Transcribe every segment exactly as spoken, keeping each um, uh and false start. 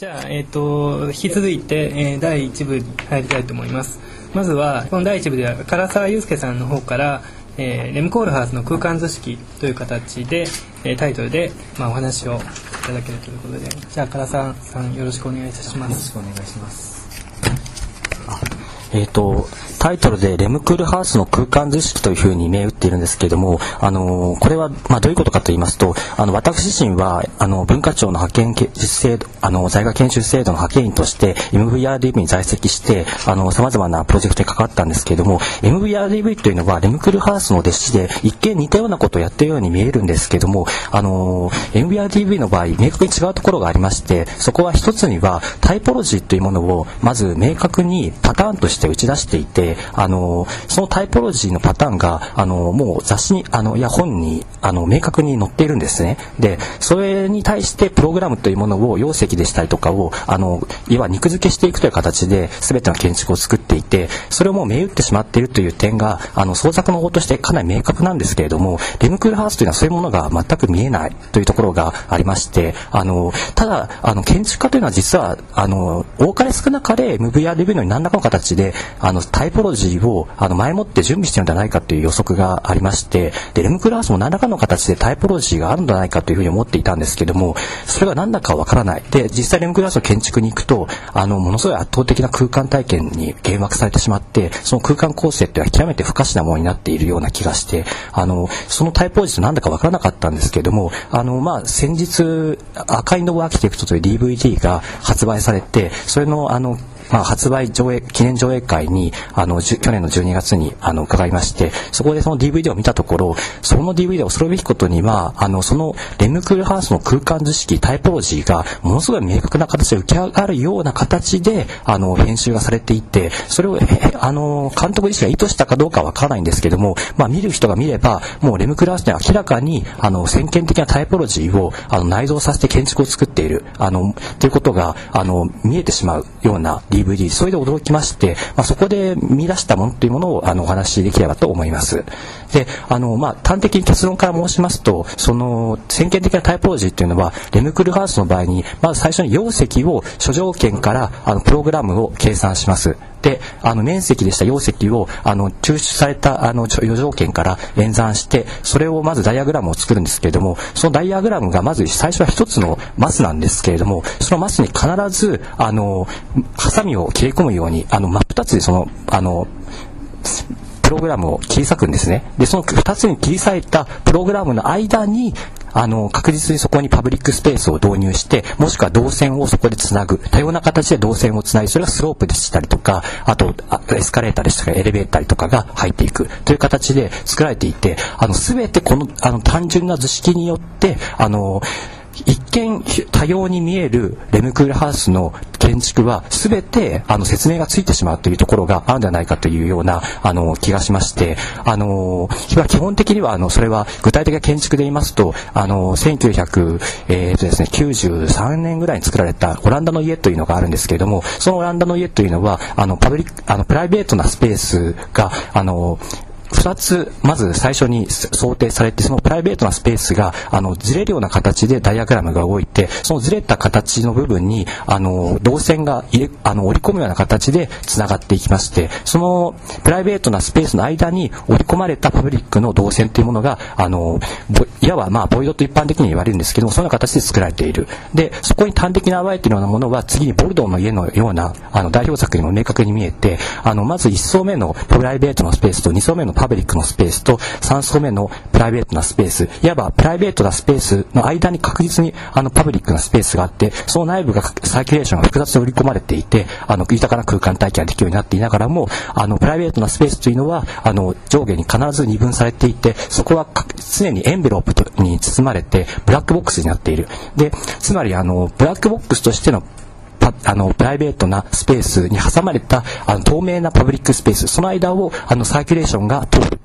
じゃあ、えー、と引き続いて、えー、だいいち部に入りたいと思います。まずはこのだいいち部では唐沢祐介さんの方から、えー、レムコールハウスの空間図式という形で、えー、タイトルで、まあ、お話をいただけるということで、じゃあ唐沢さんよろしくお願いいたします。 よろしくお願いします。あえーとタイトルでレムクールハウスの空間図式というふうに銘打っているんですけれども、あのこれはまあどういうことかと言いますと、あの私自身はあの文化庁の派遣制度、あの在学研修制度の派遣員として エムブイアールディーブイ に在籍してあの様々なプロジェクトに関わったんですけれども、 エムブイアールディーブイ というのはレムクールハウスの弟子で一見似たようなことをやっているように見えるんですけれども、あの エムブイアールディーブイ の場合明確に違うところがありまして、そこは一つにはタイポロジーというものをまず明確にパターンとして打ち出していて、あのそのタイポロジーのパターンがあのもう雑誌にあのいや本にあの明確に載っているんですね。でそれに対してプログラムというものを容積でしたりとかをあのいわば肉付けしていくという形で全ての建築を作っていて、それをもう銘打ってしまっているという点があの創作の方としてかなり明確なんですけれども、レムクールハウスというのはそういうものが全く見えないというところがありまして、あのただあの建築家というのは実はあの多かれ少なかれ エムブイアールディーブイ の何らかの形であのタイポロジーをあの前もって準備しているのではないかという予測がありまして、でレムクールハウスも何らかの形でタイポロジーがあるのではないかというふうに思っていたんですけども、それが何だかわからない。で実際レムクールハウスの建築に行くとあのものすごい圧倒的な空間体験に幻惑されてしまって、その空間構成っていうのは極めて不可視なものになっているような気がして、あのそのタイポロジーと何だかわからなかったんですけども、あのまあ先日アカインド・オブ・アーキテクトという ディーブイディー が発売されて、それのあのまあ、発売上映記念上映会にあの去年のじゅうにがつにあの伺いまして、そこでその ディーブイディー を見たところ、その ディーブイディー を恐るべきことにはあのそのレムクールハウスの空間図式タイポロジーがものすごい明確な形で浮き上がるような形であの編集がされていて、それをあの監督自身が意図したかどうかはわからないんですけども、まあ、見る人が見ればもうレムクールハウスには明らかにあの先見的なタイポロジーをあの内蔵させて建築を作っているあのということがあの見えてしまうような ディーブイディー、 それで驚きまして、まあ、そこで見出したものというものをあのお話しできればと思います。であの、まあ、端的に結論から申しますと、その先見的なタイポロジーというのはレムクールハウスの場合にまず最初に容積を諸条件からあのプログラムを計算します。であの面積でした容積をあの抽出されたあの余条件から演算して、それをまずダイアグラムを作るんですけれども、そのダイアグラムがまず最初は一つのマスなんですけれども、そのマスに必ずあのハサミを切り込むようにあの真っ二つでそのあのプログラムを切り裂くんですね。でその二つに切り裂いたプログラムの間にあの確実にそこにパブリックスペースを導入して、もしくは導線をそこでつなぐ多様な形で導線をつなぎ、それがスロープでしたりとか、あとエスカレーターでしたりエレベーターとかが入っていくという形で作られていて、あの全てこのあの単純な図式によってあの一見多様に見えるレムクールハウスの建築は全てあの説明がついてしまうというところがあるんじゃないかというようなあの気がしまして、あの基本的にはあのそれは具体的な建築で言いますと、あのせんきゅうひゃく、えーとですね、きゅうじゅうさんねんぐらいに作られたオランダの家というのがあるんですけれども、そのオランダの家というのはあのパブリックあのプライベートなスペースがあのふたつまず最初に想定されて、そのプライベートなスペースがあのずれるような形でダイアグラムが動いて、そのずれた形の部分にあの導線が入れあの織り込むような形でつながっていきまして、そのプライベートなスペースの間に織り込まれたパブリックの導線というものがあのいわばまあボイドと一般的に言われるんですけども、そのような形で作られている。でそこに端的に現れているようなものは次にボルドーの家のようなあの代表作にも明確に見えて、あのまずいっ層目のプライベートなスペースとに層目のパブリックのスペースとさん層目のプライベートなスペース、いわばプライベートなスペースの間に確実にあのパブリックなスペースがあって、その内部がサーキュレーションが複雑に織り込まれていて、あの豊かな空間体験ができるようになっていながらも、あのプライベートなスペースというのはあの上下に必ず二分されていて、そこは常にエンベロープに包まれてブラックボックスになっている。でつまりあのブラックボックスとしてのあのプライベートなスペースに挟まれたあの透明なパブリックスペース、その間をあのサーキュレーションが通る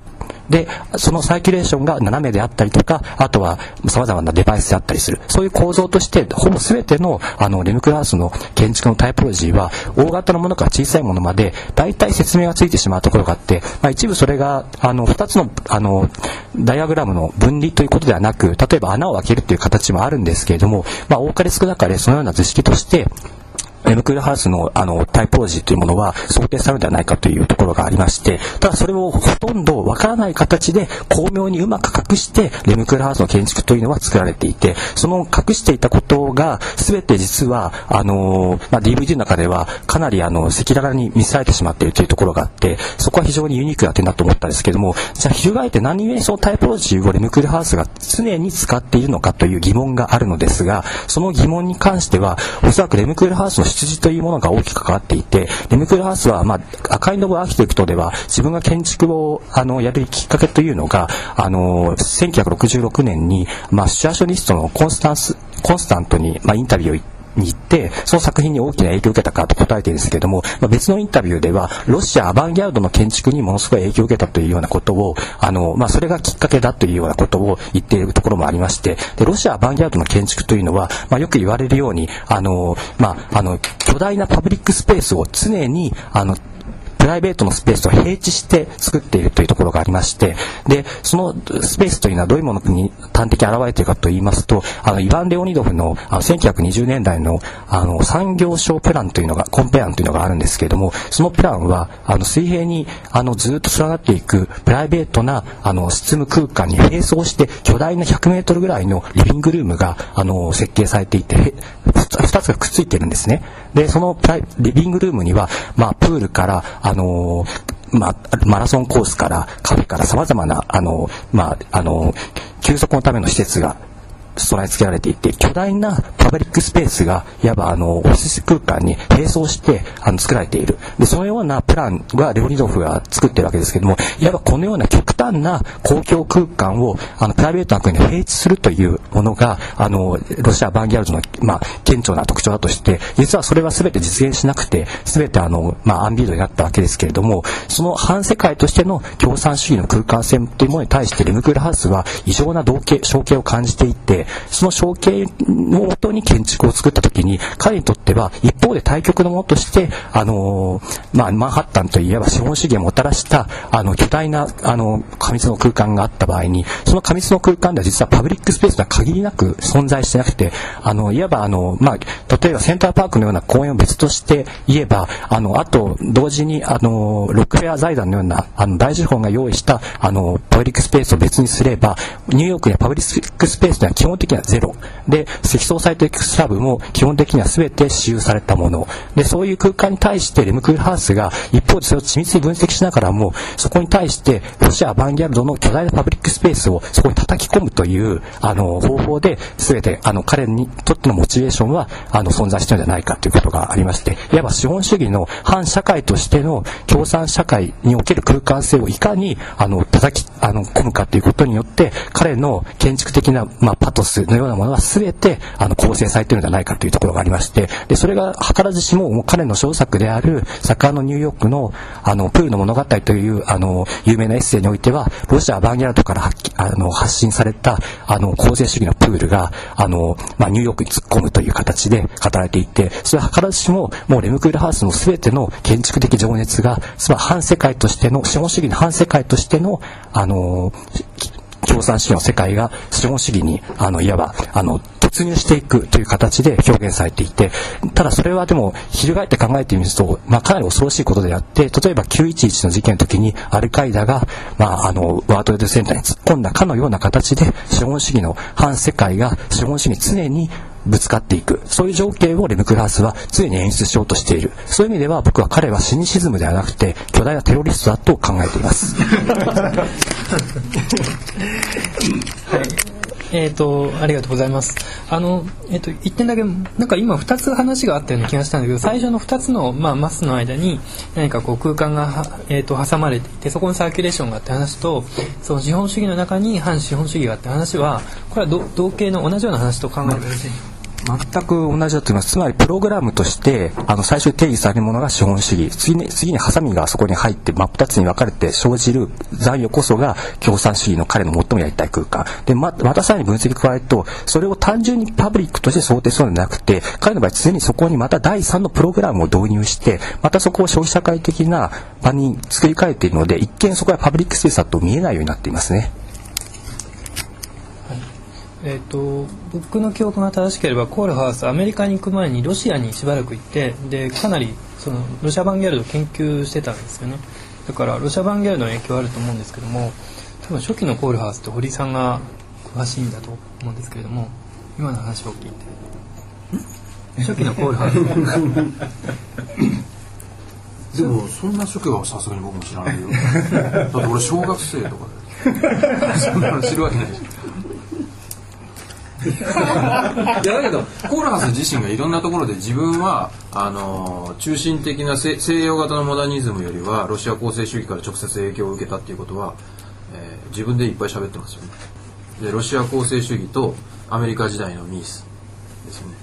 でそのサーキュレーションが斜めであったりとか、あとは様々なデバイスであったりする、そういう構造としてほぼ全てのあのレムクルハウスの建築のタイポロジーは大型のものから小さいものまで大体説明がついてしまうところがあって、まあ、一部それがあのふたつのあのダイアグラムの分離ということではなく、例えば穴を開けるという形もあるんですけれども、まあ、多かれ少なかれそのような図式としてレムクルハウスのあのタイポロジーというものは想定されるのではないかというところがありまして、ただそれをほとんどわからない形で巧妙にうまく隠してレムクルハウスの建築というのは作られていて、その隠していたことが全て実はあの、まあ、ディーブイディー の中ではかなりあの赤裸々に見せられてしまっているというところがあって、そこは非常にユニークな点だと思ったんですけども、じゃあ翻って何故にそのタイポロジーをレムクルハウスが常に使っているのかという疑問があるのですが、その疑問に関してはおそらくレムクルハウスの出自というものが大きく関わっていて、レムクルハウスは、まあ、赤いノブアーキテクトでは自分が建築をあのやるきっかけというのがあのせんきゅうひゃくろくじゅうろくねんに、まあ、シチュアショニストのコンスタンスコンスタントに、まあ、インタビューをに行ってその作品に大きな影響を受けたかと答えているんですけれども、まあ、別のインタビューではロシアアバンギャルドの建築にものすごい影響を受けたというようなことをあの、まあ、それがきっかけだというようなことを言っているところもありまして、でロシアアバンギャルドの建築というのは、まあ、よく言われるようにあの、まあ、あの巨大なパブリックスペースを常にあのプライベートのスペースと並地して作っているというところがありまして、でそのスペースというのはどういうものに端的に現れているかといいますと、あのイヴァン・レオニドフのあのせんきゅうひゃくにじゅうねんだいのあの産業省プランというのがコンペ案というのがあるんですけれども、そのプランはあの水平にあのずっと連なっていくプライベートなあの執務空間に並走して巨大なひゃくメートルぐらいのリビングルームがあの設計されていて、ふたつがくっついているんですね。でそのプライリビングルームには、まあ、プールからあのまあ、マラソンコースからカフェから様々なあの、まあ、あの休息のための施設が備え付けられていて、巨大なパブリックスペースがいわばあのオフィス空間に並走してあの作られている。でそのようなプランはレオニドフが作っているわけですけども、いわばこのような極端な公共空間をあのプライベートな国に並地するというものがあのロシアアバンギャルドの、まあ、顕著な特徴だとして、実はそれは全て実現しなくて全てあの、まあ、アンビードになったわけですけれども、その反世界としての共産主義の空間性というものに対してレムクルハウスは異常な同型象形を感じていて、その象形をもとに建築を作ったときに彼にとっては一方で対極のものとしてあの、まあ、マンハッタンといえば資本主義をもたらしたあの巨大なあの過密の空間があった場合に、その過密の空間では実はパブリックスペースが限りなく存在してなくて、あのいわばあの、まあ、例えばセンターパークのような公園を別として言えばあのあと同時にあのロックフェア財団のようなあの大資本が用意したあのパブリックスペースを別にすれば、ニューヨークにはパブリックスペースには基本的にはゼロで、積層サイトエクスラブも基本的には全て使用されたもので、そういう空間に対してレムクルハウスが一方でそれを緻密に分析しながらも、そこに対してロシアアバンギャルドの巨大なパブリックスペースをそこに叩き込むというあの方法で全てあの彼にとってのモチベーションはあの存在しているのではないかということがありまして、いわば資本主義の反社会としての共産社会における空間性をいかにあの叩きあの込むかということによって彼の建築的な、まあ、パトスのようなものは全てあの構成されているのではないかというところがありまして、でそれが図らずしも、もう彼の小作である作家のニューヨークのあのプールの物語というあの有名なエッセイにおいてはロシアアバンギャルドから発あの発信されたあの構成主義のプールがあの、まあ、ニューヨークに突っ込むという形で語られていて、それは図らずしももうレムクルハウスの全ての建築的情熱がつまり反世界としての資本主義の反世界としてのあの共産主義の世界が資本主義にあのいわばあの突入していくという形で表現されていて、ただそれはでも翻って考えてみると、まあ、かなり恐ろしいことであって、例えばきゅういちいちの事件の時にアルカイダが、まあ、あのワールドトレードセンターに突っ込んだかのような形で資本主義の反世界が資本主義に常にぶつかっていく、そういう情景をレムクルハウスは常に演出しようとしている。そういう意味では僕は彼はシニシズムではなくて巨大なテロリストだと考えていますはい、えーと、ありがとうございます。あの、えーと、一点だけ、なんか今ふたつ話があったような気がしたんだけど、最初のふたつの、まあ、マスの間に何かこう空間が、えーと、挟まれていて、そこにサーキュレーションがあって話と、その資本主義の中に反資本主義があって話は、これは同型の同じような話と考えてよろしいですか？ 全く同じだと思います。つまりプログラムとしてあの最初に定義されるものが資本主義、次に次にハサミがそこに入って真っ二つに分かれて生じる残余こそが共産主義の彼の最もやりたい空間で、ままたさらに分析加えると、それを単純にパブリックとして想定するのではなくて、彼の場合常にそこにまただいさんのプログラムを導入して、またそこを消費社会的な場に作り変えているので、一見そこはパブリックスペースだと見えないようになっていますね。 えー、と僕の記憶が正しければコールハウスアメリカに行く前にロシアにしばらく行って、でかなりそのロシアバンギャルドを研究してたんですよね。だからロシアバンギャルドの影響あると思うんですけども、多分初期のコールハウスって堀井さんが詳しいんだと思うんですけれども、今の話を聞いて初期のコールハウスでもそんな初期はさすがに僕も知らないよだって俺小学生とかでそんなの知るわけないでしょいやだけどコールハウス自身がいろんなところで自分はあの中心的な西洋型のモダニズムよりはロシア構成主義から直接影響を受けたっていうことは、えー、自分でいっぱい喋ってますよね。でロシア構成主義とアメリカ時代のミースですよね。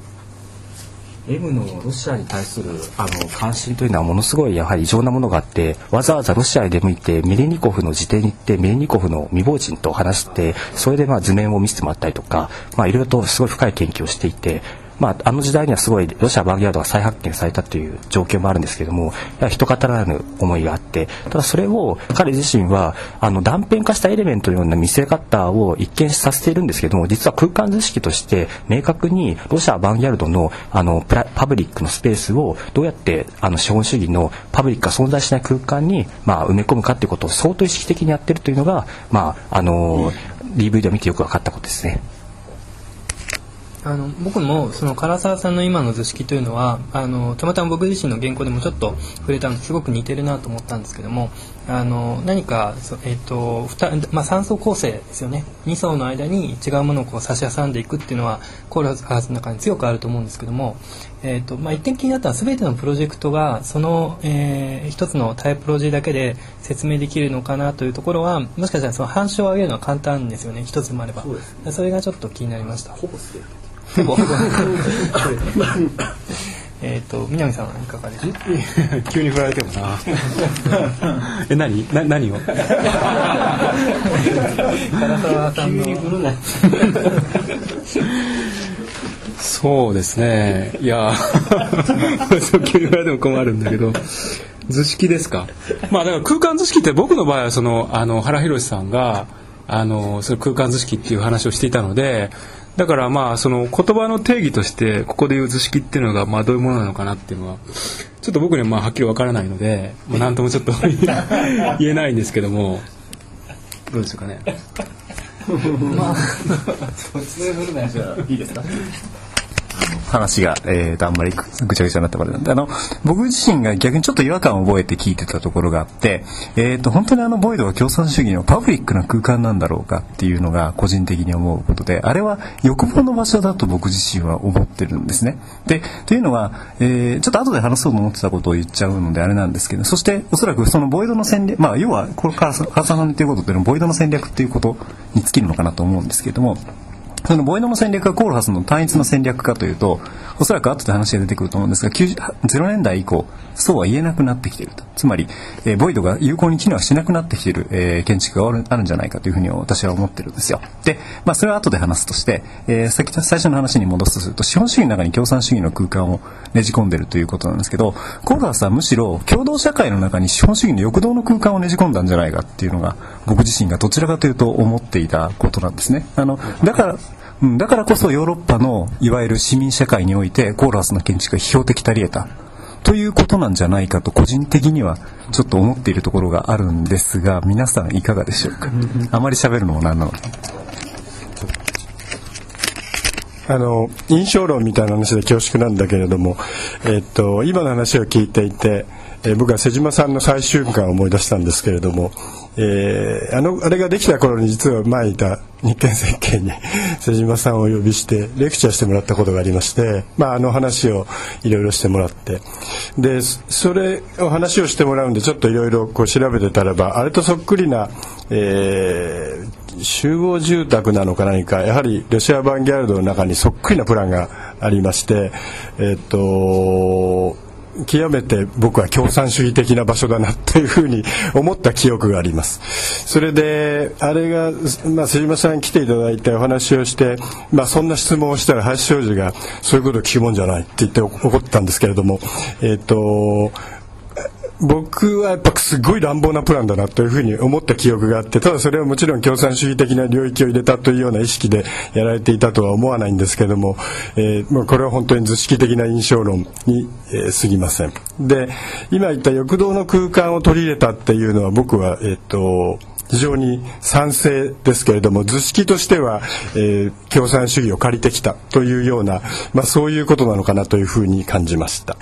M のロシアに対するあの関心というのはものすごいやはり異常なものがあって、わざわざロシアに出向いてメレニコフの自邸に行ってメレニコフの未亡人と話して、それでまあ図面を見せてもらったりとか、まあいろいろとすごい深い研究をしていて、まあ、あの時代にはすごいロシアバンギャルドが再発見されたという状況もあるんですけれども、人語らぬ思いがあって、ただそれを彼自身はあの断片化したエレメントのような見せ方を一見させているんですけれども、実は空間図式として明確にロシアバンギャルドのあのプラパブリックのスペースをどうやってあの資本主義のパブリックが存在しない空間にまあ埋め込むかということを相当意識的にやっているというのが、まああの ディーブイディー を見てよく分かったことですね。 あの僕もその唐沢さんの今の図式というのはあのたまたま僕自身の原稿でもちょっと触れたのですごく似てるなと思ったんですけども、あの何か、えーとまあ、さん層構成ですよね。に層の間に違うものをこう差し挟んでいくっていうのはコールハウスの中に強くあると思うんですけども、えーとまあ、一点気になったのは全てのプロジェクトがその、えー、一つのタイプロジーだけで説明できるのかなというところは、もしかしたらその反証を上げるのは簡単ですよね。一つもあれば そ, ね、それがちょっと気になりました。ほぼすべてほぼえっと南さんはいかがでしょうか。 急に振られてもなえ何な何を唐沢さんの急に振るなそうですね、いや急に振られても困るんだけど、図式ですか。まあだから空間図式って僕の場合はそのあの原宏さんがあのその空間図式っていう話をしていたので、だからまあその言葉の定義としてここでいう図式っていうのがまあどういうものなのかなっていうのはちょっと僕にはまあはっきりわからないので、まあ、何ともちょっと言えないんですけども、どうでしょうかね。 まあ突然振るのじゃいいですか。 話が、えー、とあんまりぐちゃぐちゃになったからなんで、あの僕自身が逆にちょっと違和感を覚えて聞いてたところがあって、えー、と本当にあのボイドは共産主義のパブリックな空間なんだろうかっていうのが個人的に思うことで、あれは欲望の場所だと僕自身は思ってるんですね。でというのは、えー、ちょっと後で話そうと思ってたことを言っちゃうのであれなんですけど、そしておそらくそのボイドの戦略、まあ要はこれから川さんの言っていることっていうのはボイドの戦略っていうことに尽きるのかなと思うんですけれども、そのボイドの戦略がコールハウスの単一の戦略かというと、おそらく後で話が出てくると思うんですが、ゼロねんだい以降そうは言えなくなってきていると。つまり、えー、ボイドが有効に機能しなくなってきている、えー、建築がある、あるんじゃないかというふうに私は思ってるんですよ。で、まあ、それは後で話すとして、えー、先最初の話に戻すとすると、資本主義の中に共産主義の空間をねじ込んでいるということなんですけど、コールハウスはむしろ共同社会の中に資本主義の欲動の空間をねじ込んだんじゃないかっていうのが僕自身がどちらかというと思っていたことなんですね。あのだからだからこそヨーロッパのいわゆる市民社会においてコールハウスの建築が批評的たり得たということなんじゃないかと個人的にはちょっと思っているところがあるんですが、皆さんいかがでしょうか。あまり喋るのもなんなので、 あの印象論みたいな話で恐縮なんだけれども、えっと、今の話を聞いていて、えー、僕は瀬島さんの最終巻を思い出したんですけれども、えー、あのあれができた頃に実は前いた日経設計に瀬島さんをお呼びしてレクチャーしてもらったことがありまして、まあ、あの話をいろいろしてもらって、でそれを話をしてもらうんでちょっといろいろ調べてたらば、あれとそっくりな、えー、 集合住宅なのか何か、やはりロシアアバンギャルドの中にそっくりなプランがありまして、えっと極めて僕は共産主義的な場所だなというふうに思った記憶があります。それであれが、まあ、瀬島さんに来ていただいてお話をして、まあ、そんな質問をしたら林商事がそういうことを聞くもんじゃないって言って怒ったんですけれども、えっと僕はやっぱすごい乱暴なプランだなというふうに思った記憶があって、ただそれはもちろん共産主義的な領域を入れたというような意識でやられていたとは思わないんですけれども、えー、もうこれは本当に図式的な印象論に、えー、過ぎません。で、今言った欲動の空間を取り入れたっていうのは僕は、えー、っと非常に賛成ですけれども、図式としては、えー、共産主義を借りてきたというような、まあ、そういうことなのかなというふうに感じました。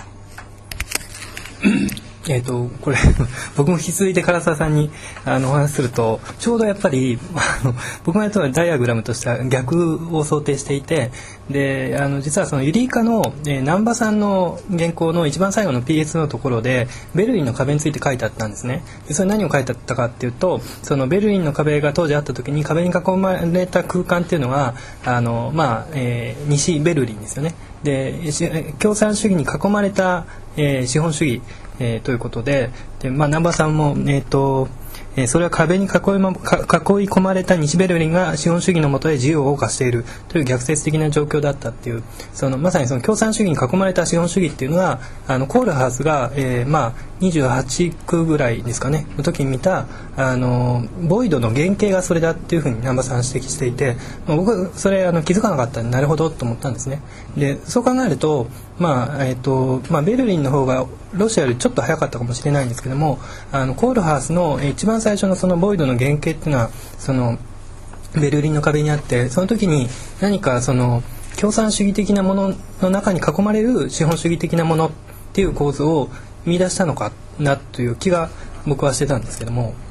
えー、とこれ僕も引き続いて唐沢さんにあのお話しすると、ちょうどやっぱりあの僕がやったのはダイアグラムとしては逆を想定していて、であの実はそのユリイカの、えー、南波さんの原稿の一番最後の ピーエス のところでベルリンの壁について書いてあったんですね。でそれ何を書いてあったかっていうと、そのベルリンの壁が当時あった時に壁に囲まれた空間っていうのはあの、まあえー、西ベルリンですよね。で共産主義に囲まれた、えー、資本主義えー、ということで、で、まあ、南波さんも、えーとえー、それは壁に囲い、ま、囲い込まれた西ベルリンが資本主義の下で自由を謳歌しているという逆説的な状況だったっていう、そのまさにその共産主義に囲まれた資本主義っていうのはあのコールハウスが、えーまあ、にじゅうはち区ぐらいですかねの時に見たあのボイドの原型がそれだっていうふうに南波さんは指摘していて、まあ、僕それあの気づかなかったんでなるほどと思ったんですね。でそう考えると、まあえーとまあ、ベルリンの方がロシアよりちょっと早かったかもしれないんですけども、あのコールハウスの一番最初のそのボイドの原型っていうのはそのベルリンの壁にあって、その時に何かその共産主義的なものの中に囲まれる資本主義的なものっていう構図を見出したのかなという気が僕はしてたんですけども、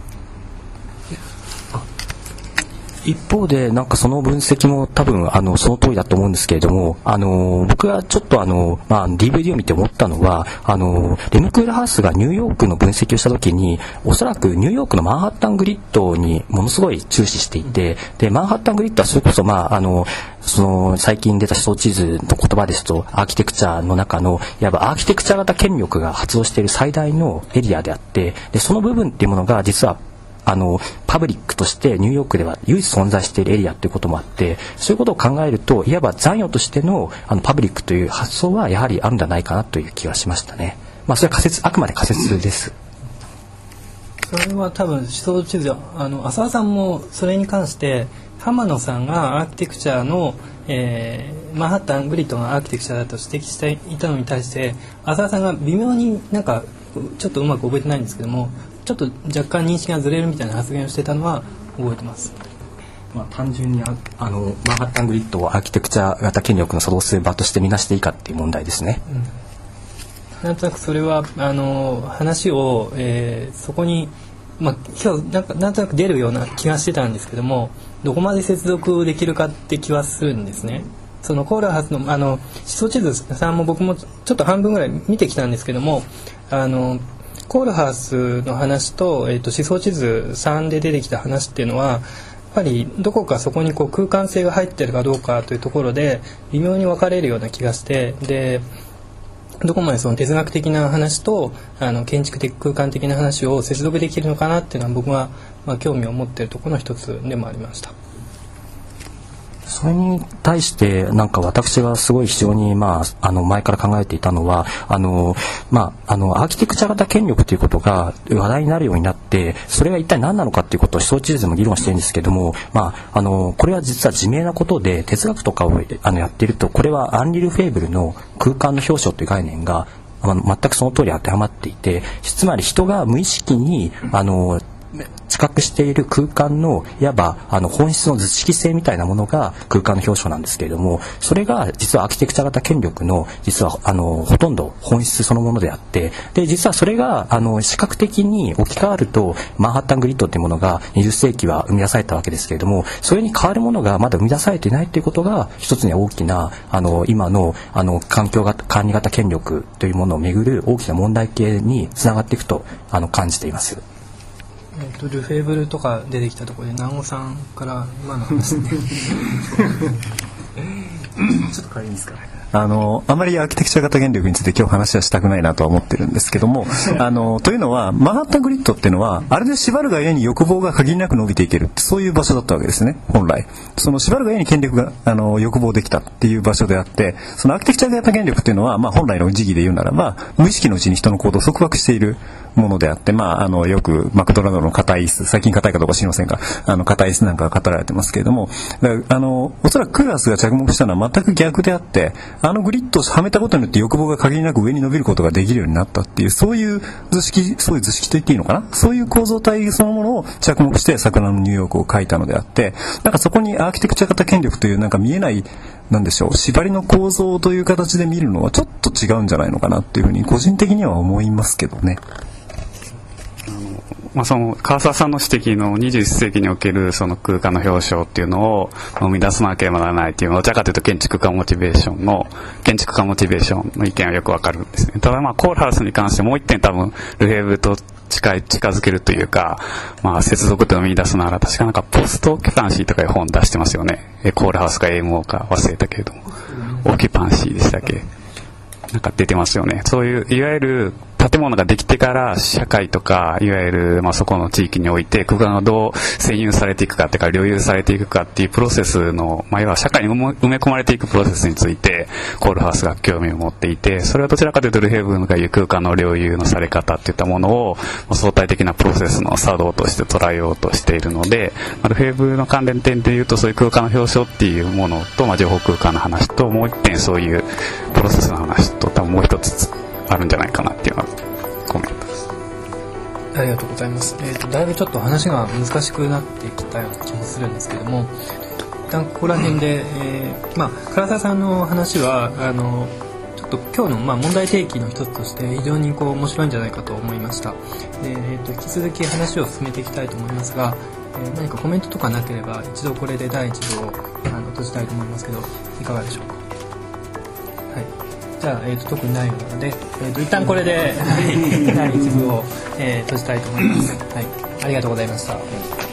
一方でなんかその分析も多分あのその通りだと思うんですけれども、あの僕がちょっとあの、まあ、ディーブイディー を見て思ったのは、あのレムクールハウスがニューヨークの分析をした時におそらくニューヨークのマンハッタングリッドにものすごい注視していて、でマンハッタングリッドはそれこそ、まあ、あのその最近出た思想地図の言葉ですとアーキテクチャの中のいわばアーキテクチャ型権力が発動している最大のエリアであって、でその部分っていうものが実はあのパブリックとしてニューヨークでは唯一存在しているエリアということもあって、そういうことを考えるといわば残余としての、あのパブリックという発想はやはりあるんじゃないかなという気がしましたね。まあ、それは仮説、あくまで仮説です。 それは多分思想地図あの浅田さんもそれに関して浜野さんがアーキテクチャの、えー、マンハッタングリッドのアーキテクチャだと指摘していたのに対して浅田さんが微妙になんかちょっとうまく覚えてないんですけども、ちょっと若干認識がずれるみたいな発言をしてたのは覚えてます。 まあ、単純に あ, あのマンハッタングリッドをアーキテクチャ型権力の作動する場として見なしていいかっていう問題ですね。 うん、なんとなくそれはあの話を、えー、そこに、まあ、今日なんかなんとなく出るような気がしてたんですけども、どこまで接続できるかって気はするんですね。そのコールハウスのあの思想地図さんも僕もちょっと半分ぐらい見てきたんですけども、あのコールハウスの話と、えーと、思想地図さんで出てきた話っていうのはやっぱりどこかそこにこう空間性が入ってるかどうかというところで微妙に分かれるような気がして、でどこまでその哲学的な話とあの建築的空間的な話を接続できるのかなっていうのは僕は、まあ、興味を持っているところの一つでもありました。 それに対してなんか私がすごい非常に、まあ、あの前から考えていたのはあの、まあ、あのアーキテクチャ型権力ということが話題になるようになって、それが一体何なのかということを思想地図でも議論してるんですけども、まあ、あのこれは実は自明なことで哲学とかをあのやっていると、これはアンリル・フェーブルの空間の表象という概念が、まあ、全くその通り当てはまっていて、つまり人が無意識にあの知覚している空間のいわばあの本質の図式性みたいなものが空間の表象なんですけれども、それが実はアーキテクチャ型権力の実はあのほとんど本質そのものであって、で実はそれがあの視覚的に置き換わるとマンハッタングリッドというものがにじゅっ世紀は生み出されたわけですけれども、それに変わるものがまだ生み出されていないということが一つには大きなあの今のあの環境型管理型権力というものをめぐる大きな問題系につながっていくとあの感じています。 えー、とルフェーブルとか出てきたところで南尾さんから今の話でちょっと変えいいですか。 あのあまりアーキテクチャ型原力について今日話はしたくないなとは思ってるんですけどもあのというのはマンハッタングリッドっていうのはあれで縛るがゆえに欲望が限りなく伸びていけるってそういう場所だったわけですね。本来その縛るがゆえに権力があの欲望できたっていう場所であって、そのアーキテクチャ型原力っていうのは、まあ、本来の時期で言うならば無意識のうちに人の行動を束縛しているものであって、まあ、あのよくマクドナルドの硬い椅子、最近硬いかどうか知りませんがあの硬い椅子なんかが語られてますけれども、だからあのおそらくクーラースが着目したのは全く逆であって、あのグリッドをはめたことによって欲望が限りなく上に伸びることができるようになったっていう、そういう図式、そういう図式と言っていいのかな、そういう構造体そのものを着目して桜のニューヨークを書いたのであって、なんかそこにアーキテクチャ型権力というなんか見えないなんでしょう縛りの構造という形で見るのはちょっと違うんじゃないのかなっていうふうに個人的には思いますけどね。 まあ、その川沢さんの指摘のにじゅういっ世紀におけるその空間の表彰っていうのを生み出さなければならないっていうのはどちらかというと建築家モチベーションの建築家モチベーションの意見はよくわかるんですね。ただまあコールハウスに関してもう一点多分ルフェーブルと近い近づけるというか、まあ、接続点を見出すなら確かなんかポストオキュパンシーとかいう本出してますよね。コールハウスか エーエムオー か忘れたけれどもオキュパンシーでしたっけ、なんか出てますよね。そういういわゆる建物ができてから社会とかいわゆるまあそこの地域において空間がどう占有されていくかっていうか領有されていくかっていうプロセスの、まあ、いわば社会に埋め込まれていくプロセスについてコールハウスが興味を持っていて、それはどちらかというとルフェーブルがいう空間の領有のされ方っていったものを相対的なプロセスの作動として捉えようとしているので、ルフェーブルの関連点でいうとそういう空間の表彰っていうものと、まあ、情報空間の話ともう一点そういうプロセスの話と多分もう一つあるんじゃないかなっていうのはコメントです。 ありがとうございます。えーと、だいぶちょっと話が難しくなってきたような気もするんですけども、一旦ここら辺で、えー、まあ唐沢さんの話はあのちょっと今日のまあ問題提起の一つとして非常にこう面白いんじゃないかと思いました。で、えーと引き続き話を進めていきたいと思いますが、えー、何かコメントとかなければ一度これでだい一部をあの閉じたいと思いますけど、いかがでしょうか。はい。じゃあ、えー、と特にないようなので、えー、と一旦これでだい一部を、えー、閉じたいと思います。はい、ありがとうございました。